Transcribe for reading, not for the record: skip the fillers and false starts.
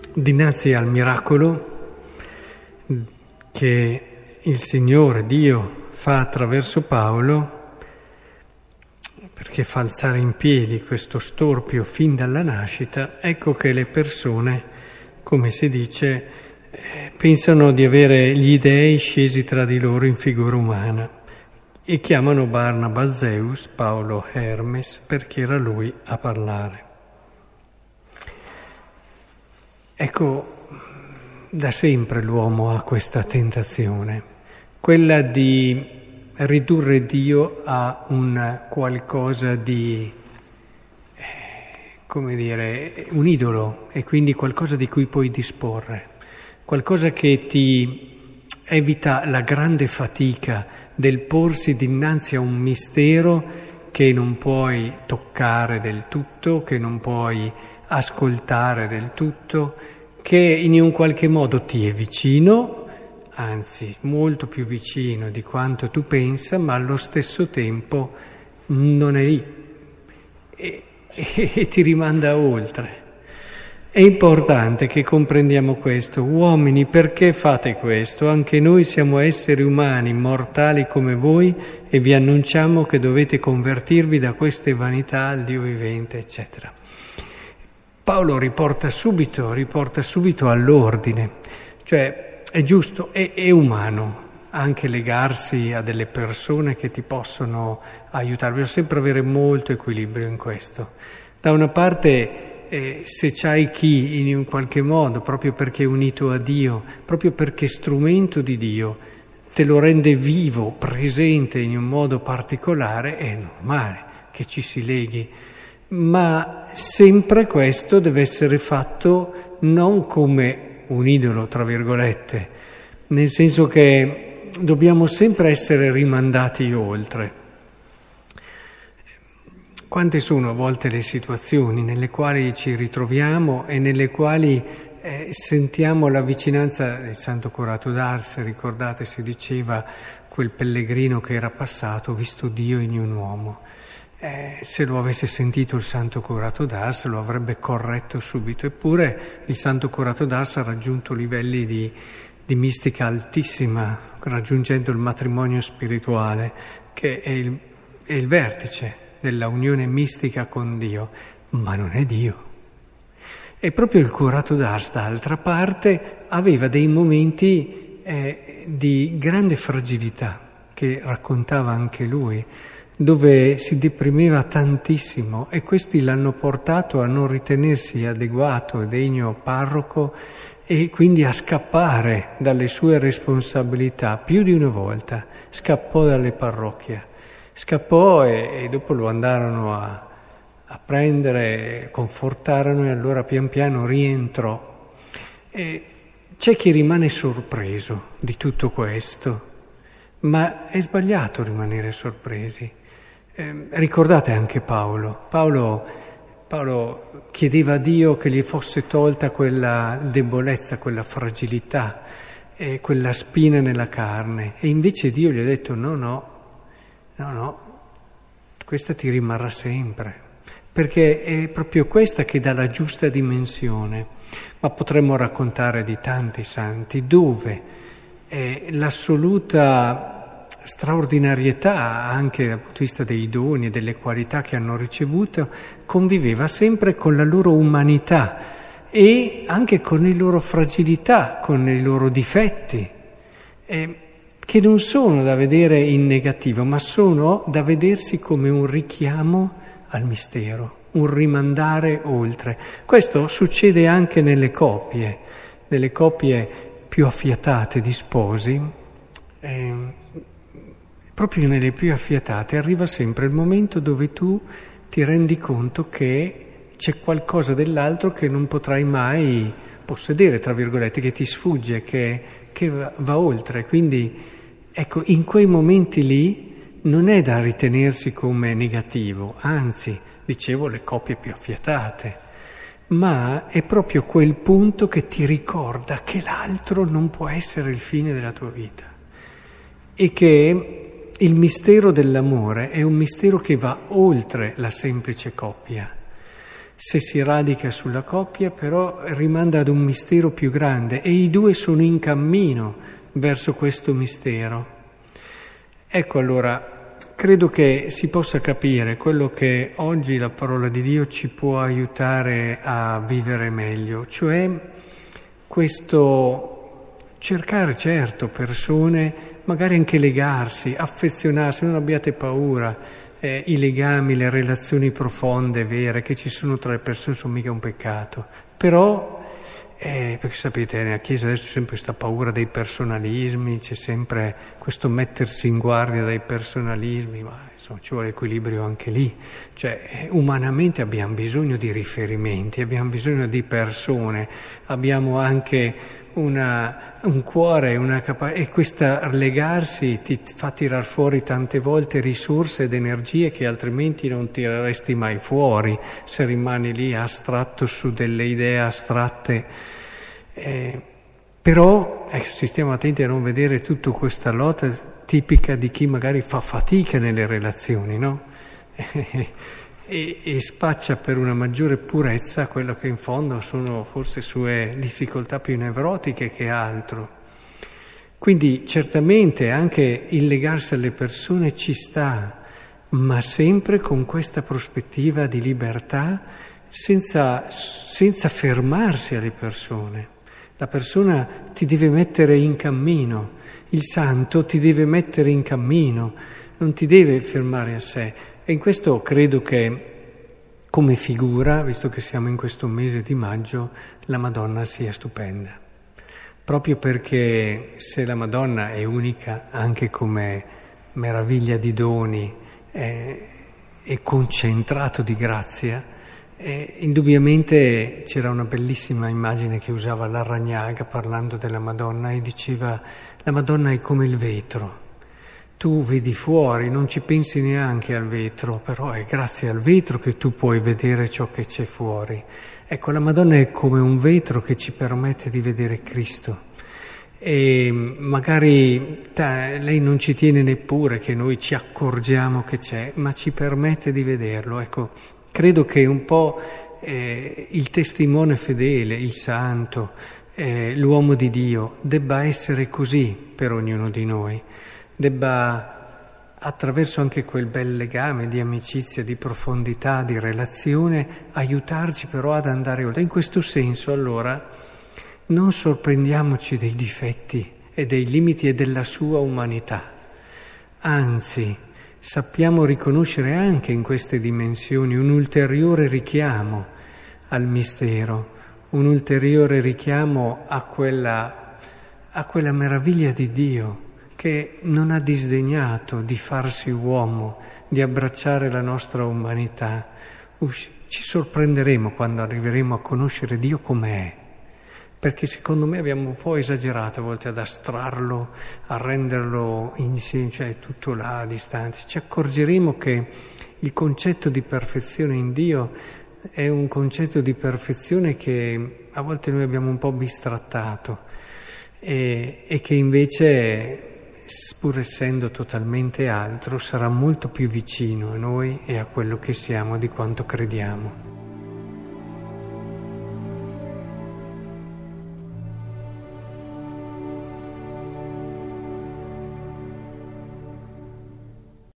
dinanzi al miracolo che il Signore Dio fa attraverso Paolo, perché fa alzare in piedi questo storpio fin dalla nascita, ecco che le persone, come si dice, pensano di avere gli dei scesi tra di loro in figura umana e chiamano Barnaba Zeus, Paolo Hermes, perché era lui a parlare. Ecco, da sempre l'uomo ha questa tentazione, quella di ridurre Dio a un qualcosa di, come dire, un idolo, e quindi qualcosa di cui puoi disporre, qualcosa che ti evita la grande fatica del porsi dinanzi a un mistero che non puoi toccare del tutto, che non puoi ascoltare del tutto, che in un qualche modo ti è vicino, anzi molto più vicino di quanto tu pensa, ma allo stesso tempo non è lì e ti rimanda oltre. È importante che comprendiamo questo. Uomini, perché fate questo? Anche noi siamo esseri umani, mortali come voi, e vi annunciamo che dovete convertirvi da queste vanità al Dio vivente, eccetera. Paolo riporta subito all'ordine, cioè è giusto, è umano anche legarsi a delle persone che ti possono aiutare, bisogna sempre avere molto equilibrio in questo. Da una parte, se c'hai chi in un qualche modo, proprio perché è unito a Dio, proprio perché è strumento di Dio, te lo rende vivo, presente in un modo particolare, è normale che ci si leghi. Ma sempre questo deve essere fatto non come un idolo, tra virgolette, nel senso che dobbiamo sempre essere rimandati oltre. Quante sono a volte le situazioni nelle quali ci ritroviamo e nelle quali sentiamo la vicinanza del Santo Curato d'Ars, ricordate, si diceva quel pellegrino che era passato, visto Dio in un uomo. Se lo avesse sentito il Santo Curato d'Ars lo avrebbe corretto subito, eppure il Santo Curato d'Ars ha raggiunto livelli di mistica altissima, raggiungendo il matrimonio spirituale, che è il vertice della unione mistica con Dio, ma non è Dio. E proprio il Curato d'Ars, d'altra parte, aveva dei momenti di grande fragilità, che raccontava anche lui, dove si deprimeva tantissimo, e questi l'hanno portato a non ritenersi adeguato e degno parroco e quindi a scappare dalle sue responsabilità più di una volta. Scappò dalle parrocchie, scappò e dopo lo andarono a prendere, confortarono, e allora pian piano rientrò. E c'è chi rimane sorpreso di tutto questo, ma è sbagliato rimanere sorpresi. Ricordate anche Paolo. Paolo chiedeva a Dio che gli fosse tolta quella debolezza, quella fragilità, quella spina nella carne, e invece Dio gli ha detto no, questa ti rimarrà sempre, perché è proprio questa che dà la giusta dimensione. Ma potremmo raccontare di tanti santi dove l'assoluta straordinarietà, anche dal punto di vista dei doni e delle qualità che hanno ricevuto, conviveva sempre con la loro umanità e anche con le loro fragilità, con i loro difetti, che non sono da vedere in negativo, ma sono da vedersi come un richiamo al mistero, un rimandare oltre. Questo succede anche nelle coppie più affiatate di sposi. Proprio nelle più affiatate arriva sempre il momento dove tu ti rendi conto che c'è qualcosa dell'altro che non potrai mai possedere, tra virgolette, che ti sfugge, che va oltre. Quindi, ecco, in quei momenti lì non è da ritenersi come negativo, anzi, dicevo, le coppie più affiatate, ma è proprio quel punto che ti ricorda che l'altro non può essere il fine della tua vita e che il mistero dell'amore è un mistero che va oltre la semplice coppia. se si radica sulla coppia, però rimanda ad un mistero più grande e i due sono in cammino verso questo mistero. Ecco, allora, credo che si possa capire quello che oggi la parola di Dio ci può aiutare a vivere meglio, cioè questo cercare, certo, persone, magari anche legarsi, affezionarsi, non abbiate paura. I legami, le relazioni profonde, vere, che ci sono tra le persone sono mica un peccato. Però, perché sapete, nella Chiesa adesso c'è sempre questa paura dei personalismi, c'è sempre questo mettersi in guardia dai personalismi, ma insomma ci vuole equilibrio anche lì. Cioè, umanamente abbiamo bisogno di riferimenti, abbiamo bisogno di persone, abbiamo anche un cuore, e questa legarsi ti fa tirar fuori tante volte risorse ed energie che altrimenti non tireresti mai fuori se rimani lì astratto su delle idee astratte. Però ci stiamo attenti a non vedere tutta questa lotta tipica di chi magari fa fatica nelle relazioni, no? E spaccia per una maggiore purezza quello che in fondo sono forse sue difficoltà più nevrotiche che altro. Quindi certamente anche il legarsi alle persone ci sta, ma sempre con questa prospettiva di libertà, senza fermarsi alle persone. La persona ti deve mettere in cammino, il santo ti deve mettere in cammino, non ti deve fermare a sé. E in questo credo che, come figura, visto che siamo in questo mese di maggio, la Madonna sia stupenda. Proprio perché se la Madonna è unica anche come meraviglia di doni e concentrato di grazia, indubbiamente c'era una bellissima immagine che usava Larrañaga parlando della Madonna e diceva: la Madonna è come il vetro. Tu vedi fuori, non ci pensi neanche al vetro, però è grazie al vetro che tu puoi vedere ciò che c'è fuori. Ecco, la Madonna è come un vetro che ci permette di vedere Cristo. E magari lei non ci tiene neppure che noi ci accorgiamo che c'è, ma ci permette di vederlo. Ecco, credo che un po' il testimone fedele, il santo, l'uomo di Dio debba essere così per ognuno di noi. Debba, attraverso anche quel bel legame di amicizia, di profondità, di relazione, aiutarci però ad andare oltre. In questo senso, allora, non sorprendiamoci dei difetti e dei limiti e della sua umanità. Anzi, sappiamo riconoscere anche in queste dimensioni un ulteriore richiamo al mistero, un ulteriore richiamo a quella meraviglia di Dio, che non ha disdegnato di farsi uomo, di abbracciare la nostra umanità. Ci sorprenderemo quando arriveremo a conoscere Dio com'è, perché secondo me abbiamo un po' esagerato a volte ad astrarlo, a renderlo insieme, cioè tutto là a distanza. Ci accorgeremo che il concetto di perfezione in Dio è un concetto di perfezione che a volte noi abbiamo un po' bistrattato e che invece, pur essendo totalmente altro, sarà molto più vicino a noi e a quello che siamo di quanto crediamo.